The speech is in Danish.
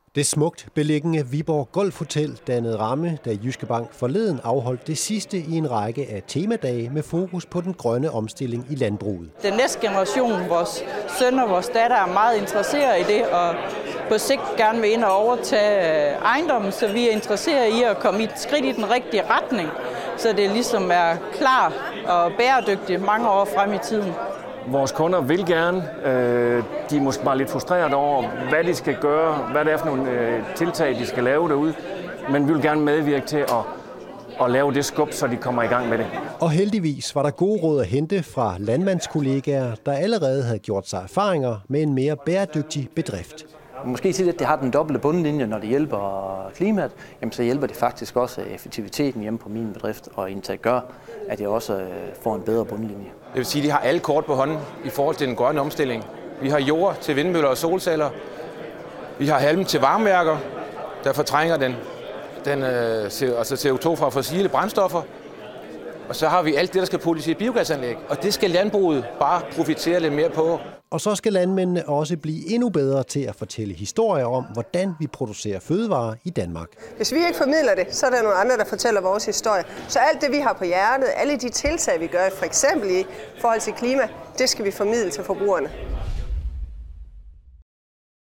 Det smukt beliggende Viborg Golfhotel dannede ramme, da Jyske Bank forleden afholdt det sidste i en række af temadage med fokus på den grønne omstilling i landbruget. Den næste generation, vores søn og vores datter, er meget interesseret i det, og på sigt gerne vil ind og overtage ejendommen, så vi er interesseret i at komme et skridt i den rigtige retning, så det ligesom er klar og bæredygtigt mange år frem i tiden. Vores kunder vil gerne, de er måske bare lidt frustreret over, hvad de skal gøre, hvad det er for nogle tiltag, de skal lave derude, men vi vil gerne medvirke til at lave det skub, så de kommer i gang med det. Og heldigvis var der gode råd at hente fra landmandskollegaer, der allerede havde gjort sig erfaringer med en mere bæredygtig bedrift. Måske sige, at det har den dobbelte bundlinje, når det hjælper klimaet, jamen så hjælper det faktisk også effektiviteten hjemme på min bedrift, og indtil gør, at jeg også får en bedre bundlinje. Det vil sige, at de har alle kort på hånden i forhold til den grønne omstilling. Vi har jord til vindmøller og solceller. Vi har halm til varmeværker, der fortrænger altså CO2 fra fossile brændstoffer. Og så har vi alt det, der skal puttes i biogasanlæg. Og det skal landbruget bare profitere lidt mere på. Og så skal landmændene også blive endnu bedre til at fortælle historier om, hvordan vi producerer fødevarer i Danmark. Hvis vi ikke formidler det, så er der nogle andre, der fortæller vores historie. Så alt det, vi har på hjertet, alle de tiltag, vi gør, for eksempel i forhold til klima, det skal vi formidle til forbrugerne.